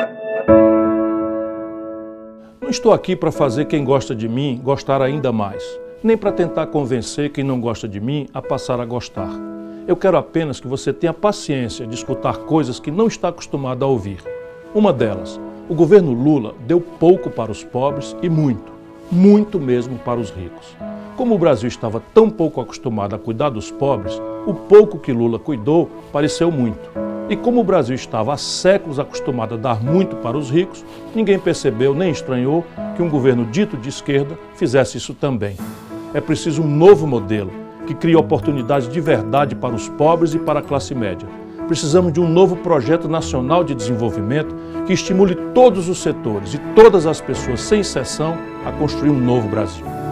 Não estou aqui para fazer quem gosta de mim gostar ainda mais, nem para tentar convencer quem não gosta de mim a passar a gostar. Eu quero apenas que você tenha paciência de escutar coisas que não está acostumado a ouvir. Uma delas, o governo Lula deu pouco para os pobres e muito mesmo para os ricos. Como o Brasil estava tão pouco acostumado a cuidar dos pobres, o pouco que Lula cuidou pareceu muito. E como o Brasil estava há séculos acostumado a dar muito para os ricos, ninguém percebeu nem estranhou que um governo dito de esquerda fizesse isso também. É preciso um novo modelo que crie oportunidades de verdade para os pobres e para a classe média. Precisamos de um novo projeto nacional de desenvolvimento que estimule todos os setores e todas as pessoas, sem exceção, a construir um novo Brasil.